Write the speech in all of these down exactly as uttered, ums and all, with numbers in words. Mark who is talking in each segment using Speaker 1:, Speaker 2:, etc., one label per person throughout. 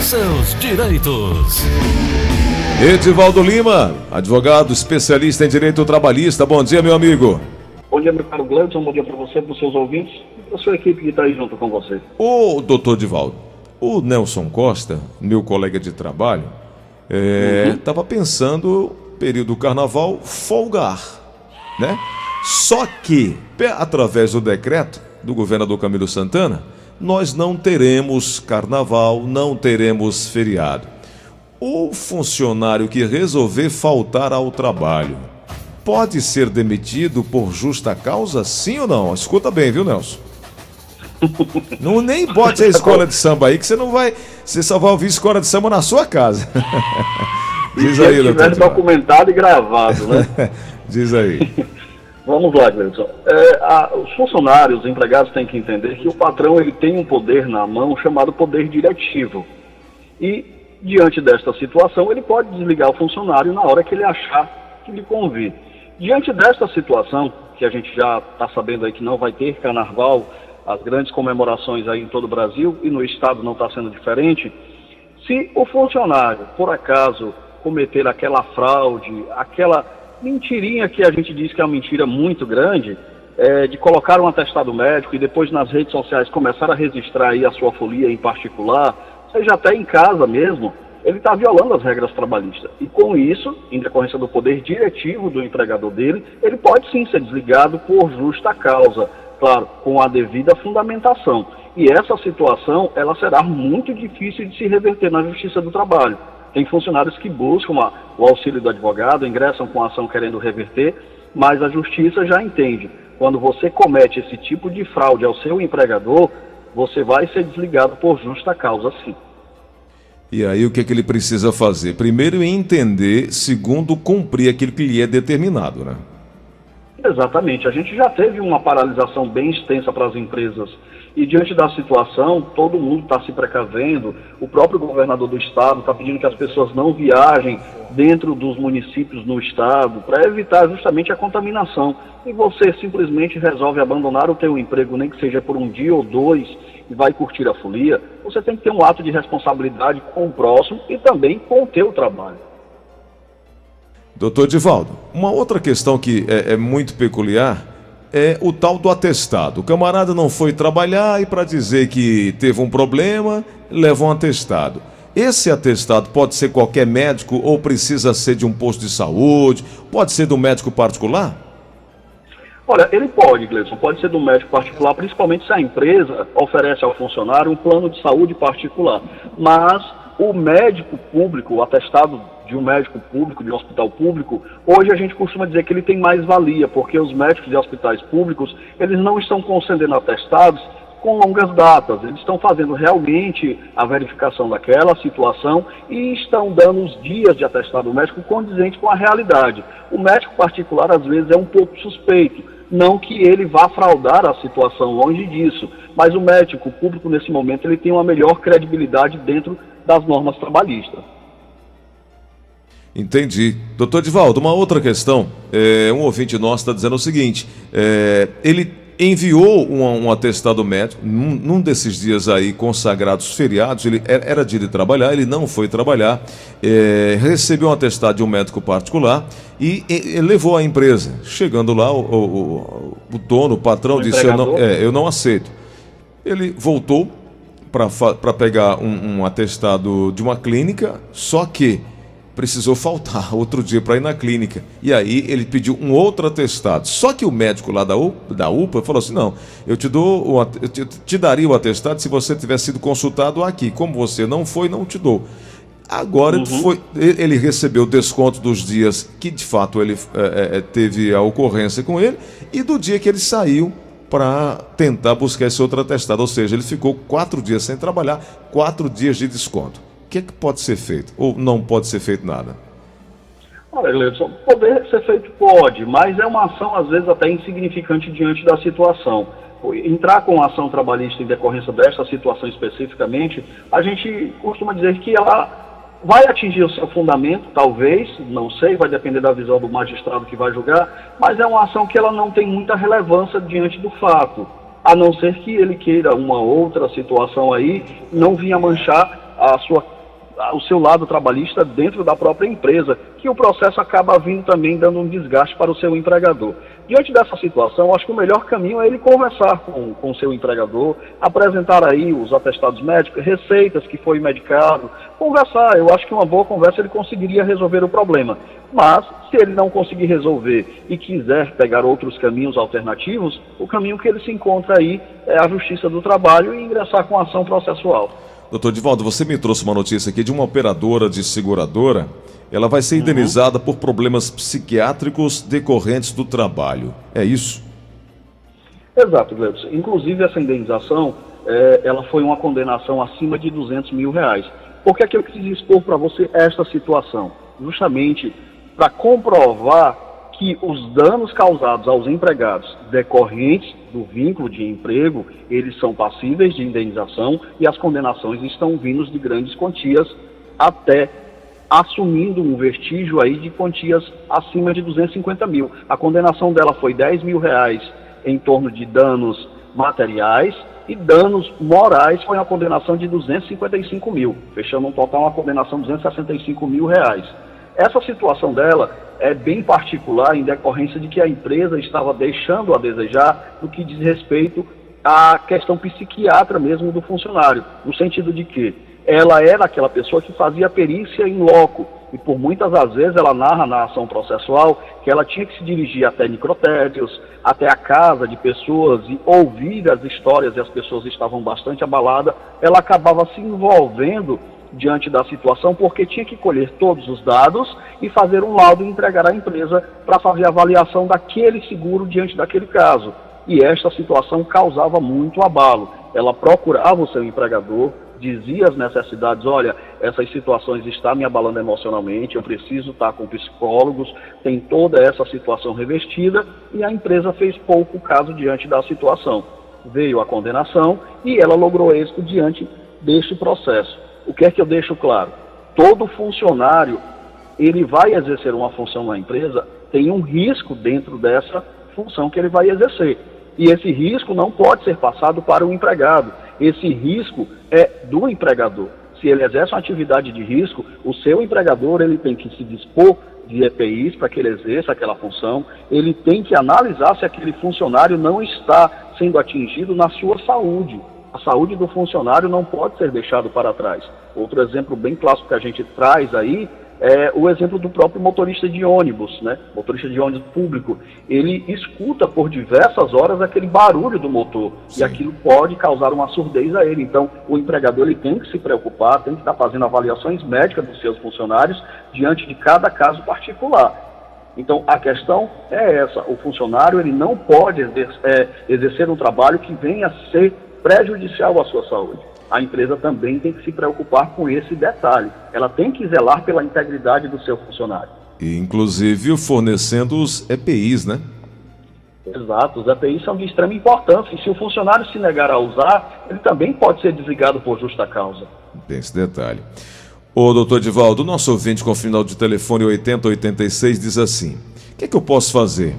Speaker 1: seus direitos.
Speaker 2: Edivaldo Lima, advogado especialista em direito trabalhista. Bom dia, meu amigo.
Speaker 3: Bom dia, meu caro Gleudson. Bom dia para você, para os seus ouvintes e para a sua equipe que está aí junto com você.
Speaker 2: Ô, doutor Edivaldo, o Nelson Costa, meu colega de trabalho, estava é, uhum. pensando, período do carnaval, folgar, né? Só que, através do decreto do governador Camilo Santana, nós não teremos carnaval, não teremos feriado. O funcionário que resolver faltar ao trabalho pode ser demitido por justa causa, sim ou não? Escuta bem, viu, Nelson? Não, nem bote a escola de samba aí, que você não vai. Você só vai ouvir escola de samba na sua casa. Diz aí, doutor.
Speaker 3: Se tiver documentado e gravado, né?
Speaker 2: Diz aí.
Speaker 3: Vamos lá, Gleudson. É, a, os funcionários, os empregados têm que entender que o patrão ele tem um poder na mão chamado poder diretivo. E, diante desta situação, ele pode desligar o funcionário na hora que ele achar que lhe convém. Diante desta situação, que a gente já está sabendo aí que não vai ter carnaval, as grandes comemorações aí em todo o Brasil, e no estado não está sendo diferente, se o funcionário, por acaso, cometer aquela fraude, aquela mentirinha que a gente diz que é uma mentira muito grande, é, de colocar um atestado médico e depois nas redes sociais começar a registrar aí a sua folia em particular, seja até em casa mesmo, ele está violando as regras trabalhistas. E com isso, em decorrência do poder diretivo do empregador dele, ele pode sim ser desligado por justa causa, claro, com a devida fundamentação. E essa situação, ela será muito difícil de se reverter na Justiça do Trabalho. Tem funcionários que buscam a, o auxílio do advogado, ingressam com a ação querendo reverter, mas a Justiça já entende. Quando você comete esse tipo de fraude ao seu empregador, você vai ser desligado por justa causa, sim.
Speaker 2: E aí o que é que ele precisa fazer? Primeiro entender, segundo cumprir aquilo que lhe é determinado, né?
Speaker 3: Exatamente. A gente já teve uma paralisação bem extensa para as empresas e diante da situação, todo mundo está se precavendo. O próprio governador do estado está pedindo que as pessoas não viajem dentro dos municípios no estado para evitar justamente a contaminação. E você simplesmente resolve abandonar o teu emprego, nem que seja por um dia ou dois, e vai curtir a folia. Você tem que ter um ato de responsabilidade com o próximo e também com o teu trabalho.
Speaker 2: Doutor Edivaldo, uma outra questão que é, é muito peculiar é o tal do atestado. O camarada não foi trabalhar e para dizer que teve um problema, leva um atestado. Esse atestado pode ser qualquer médico ou precisa ser de um posto de saúde? Pode ser de um médico particular?
Speaker 3: Olha, ele pode, Gleudson, pode ser de um médico particular, principalmente se a empresa oferece ao funcionário um plano de saúde particular. Mas o médico público, o atestado de um médico público, de um hospital público, hoje a gente costuma dizer que ele tem mais valia, porque os médicos de hospitais públicos, eles não estão concedendo atestados com longas datas, eles estão fazendo realmente a verificação daquela situação e estão dando os dias de atestado médico condizente com a realidade. O médico particular, às vezes, é um pouco suspeito, não que ele vá fraudar a situação, longe disso, mas o médico público, nesse momento, ele tem uma melhor credibilidade dentro das normas trabalhistas.
Speaker 2: Entendi. Doutor Edivaldo, uma outra questão. É, um ouvinte nosso está dizendo o seguinte, é, ele enviou um, um atestado médico, num, num desses dias aí consagrados feriados, ele era, era dia de trabalhar, ele não foi trabalhar, é, recebeu um atestado de um médico particular e, e, e levou à empresa. Chegando lá, o, o, o dono, o patrão, o disse, eu não, é, eu não aceito. Ele voltou para pegar um, um atestado de uma clínica, só que precisou faltar outro dia para ir na clínica. E aí ele pediu um outro atestado. Só que o médico lá da U P A, da U P A falou assim, não, eu te dou, o, eu te, te daria o atestado se você tivesse sido consultado aqui. Como você não foi, não te dou. Agora uhum. foi, ele recebeu o desconto dos dias que de fato ele é, é, teve a ocorrência com ele e do dia que ele saiu para tentar buscar esse outro atestado. Ou seja, ele ficou quatro dias sem trabalhar, quatro dias de desconto. O que é que pode ser feito? Ou não pode ser feito nada?
Speaker 3: Olha, Gleudson, poder ser feito pode, mas é uma ação, às vezes, até insignificante diante da situação. Entrar com a ação trabalhista em decorrência desta situação especificamente, a gente costuma dizer que ela vai atingir o seu fundamento, talvez, não sei, vai depender da visão do magistrado que vai julgar, mas é uma ação que ela não tem muita relevância diante do fato, a não ser que ele queira uma outra situação aí, não vinha manchar a sua o seu lado trabalhista dentro da própria empresa, que o processo acaba vindo também dando um desgaste para o seu empregador. Diante dessa situação, acho que o melhor caminho é ele conversar com, com o seu empregador, apresentar aí os atestados médicos, receitas que foi medicado, conversar. Eu acho que uma boa conversa ele conseguiria resolver o problema. Mas, se ele não conseguir resolver e quiser pegar outros caminhos alternativos, o caminho que ele se encontra aí é a Justiça do Trabalho e ingressar com ação processual.
Speaker 2: Doutor Divaldo, você me trouxe uma notícia aqui de uma operadora de seguradora. Ela vai ser indenizada uhum. por problemas psiquiátricos decorrentes do trabalho. É isso?
Speaker 3: Exato, Gleudson. Inclusive, essa indenização, é, ela foi uma condenação acima de duzentos mil reais. Por que é que eu quis expor para você esta situação? Justamente para comprovar que os danos causados aos empregados decorrentes do vínculo de emprego, eles são passíveis de indenização e as condenações estão vindo de grandes quantias, até assumindo um vestígio aí de quantias acima de duzentos e cinquenta mil. A condenação dela foi dez mil reais em torno de danos materiais e danos morais foi uma condenação de duzentos e cinquenta e cinco mil, fechando um total uma condenação de duzentos e sessenta e cinco mil reais. Essa situação dela é bem particular em decorrência de que a empresa estava deixando a desejar no que diz respeito à questão psiquiatra mesmo do funcionário, no sentido de que ela era aquela pessoa que fazia perícia em loco e por muitas das vezes ela narra na ação processual que ela tinha que se dirigir até necrotérios, até a casa de pessoas e ouvir as histórias e as pessoas estavam bastante abaladas, ela acabava se envolvendo diante da situação, porque tinha que colher todos os dados e fazer um laudo e entregar à empresa para fazer a avaliação daquele seguro diante daquele caso. E esta situação causava muito abalo. Ela procurava o seu empregador, dizia as necessidades, olha, essas situações estão me abalando emocionalmente, eu preciso estar com psicólogos, tem toda essa situação revestida, e a empresa fez pouco caso diante da situação. Veio a condenação e ela logrou êxito diante deste processo. O que é que eu deixo claro? Todo funcionário, ele vai exercer uma função na empresa, tem um risco dentro dessa função que ele vai exercer. E esse risco não pode ser passado para o empregado. Esse risco é do empregador. Se ele exerce uma atividade de risco, o seu empregador ele tem que se dispor de E P Is para que ele exerça aquela função, ele tem que analisar se aquele funcionário não está sendo atingido na sua saúde. A saúde do funcionário não pode ser deixado para trás. Outro exemplo bem clássico que a gente traz aí é o exemplo do próprio motorista de ônibus, né? Motorista de ônibus público. Ele escuta por diversas horas aquele barulho do motor. Sim. E aquilo pode causar uma surdez a ele. Então, o empregador ele tem que se preocupar, tem que estar fazendo avaliações médicas dos seus funcionários diante de cada caso particular. Então, a questão é essa. O funcionário ele não pode exercer, é, exercer um trabalho que venha a ser prejudicial à sua saúde. A empresa também tem que se preocupar com esse detalhe. Ela tem que zelar pela integridade do seu funcionário.
Speaker 2: E, inclusive, fornecendo os E P Is, né?
Speaker 3: Exato, os E P Is são de extrema importância. E se o funcionário se negar a usar, ele também pode ser desligado por justa causa.
Speaker 2: Tem esse detalhe. Ô, doutor Divaldo, nosso ouvinte com final de telefone oitenta oitenta e seis diz assim: o que é que eu posso fazer?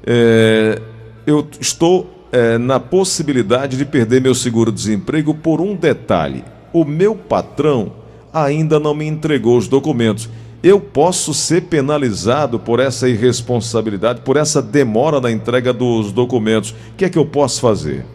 Speaker 2: É, eu estou... É, na possibilidade de perder meu seguro-desemprego por um detalhe. O meu patrão ainda não me entregou os documentos. Eu posso ser penalizado por essa irresponsabilidade, por essa demora na entrega dos documentos. O que é que eu posso fazer?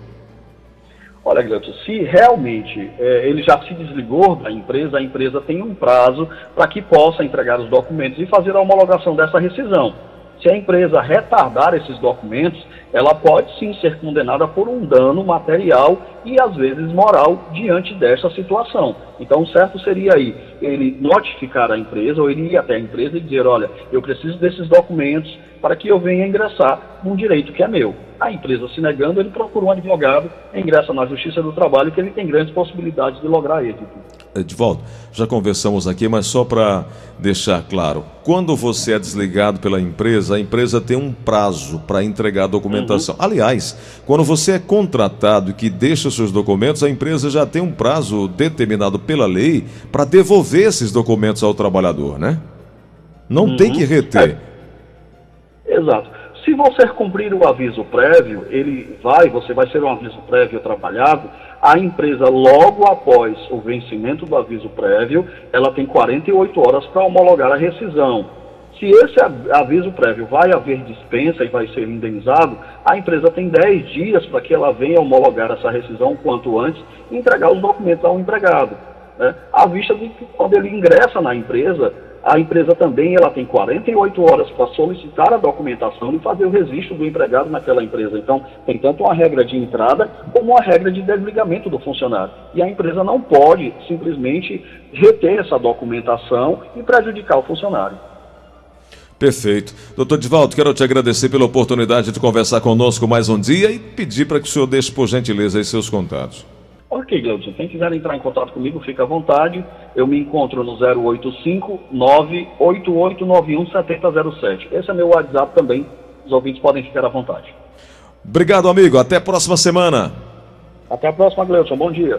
Speaker 3: Olha, Gleudson, se realmente é, ele já se desligou da empresa, a empresa tem um prazo para que possa entregar os documentos e fazer a homologação dessa rescisão. Se a empresa retardar esses documentos, ela pode sim ser condenada por um dano material e às vezes moral diante dessa situação. Então o certo seria aí ele notificar a empresa ou ele ir até a empresa e dizer, olha, eu preciso desses documentos para que eu venha ingressar num direito que é meu. A empresa se negando, ele procura um advogado, ingressa na Justiça do Trabalho, que ele tem grandes possibilidades de lograr êxito.
Speaker 2: Edivaldo, já conversamos aqui, mas só para deixar claro, quando você é desligado pela empresa, a empresa tem um prazo para entregar a documentação. Uhum. Aliás, quando você é contratado e que deixa seus documentos, a empresa já tem um prazo determinado pela lei para devolver esses documentos ao trabalhador, né? Não uhum. tem que reter.
Speaker 3: É. Exato. Se Se você cumprir o aviso prévio, ele vai, você vai ser um aviso prévio trabalhado, a empresa, logo após o vencimento do aviso prévio, ela tem quarenta e oito horas para homologar a rescisão. Se esse aviso prévio vai haver dispensa e vai ser indenizado, a empresa tem dez dias para que ela venha homologar essa rescisão quanto antes e entregar os documentos ao empregado, né? À vista de que quando ele ingressa na empresa, a empresa também ela tem quarenta e oito horas para solicitar a documentação e fazer o registro do empregado naquela empresa. Então, tem tanto uma regra de entrada como uma regra de desligamento do funcionário. E a empresa não pode simplesmente reter essa documentação e prejudicar o funcionário.
Speaker 2: Perfeito. doutor Divaldo, quero te agradecer pela oportunidade de conversar conosco mais um dia e pedir para que o senhor deixe, por gentileza, aí seus contatos.
Speaker 3: Ok, Gleudson. Quem quiser entrar em contato comigo, fica à vontade. Eu me encontro no zero oito cinco, nove oito oito nove um, sete zero zero sete. Esse é meu WhatsApp também. Os ouvintes podem ficar à vontade.
Speaker 2: Obrigado, amigo. Até a próxima semana.
Speaker 3: Até a próxima, Gleudson. Bom dia.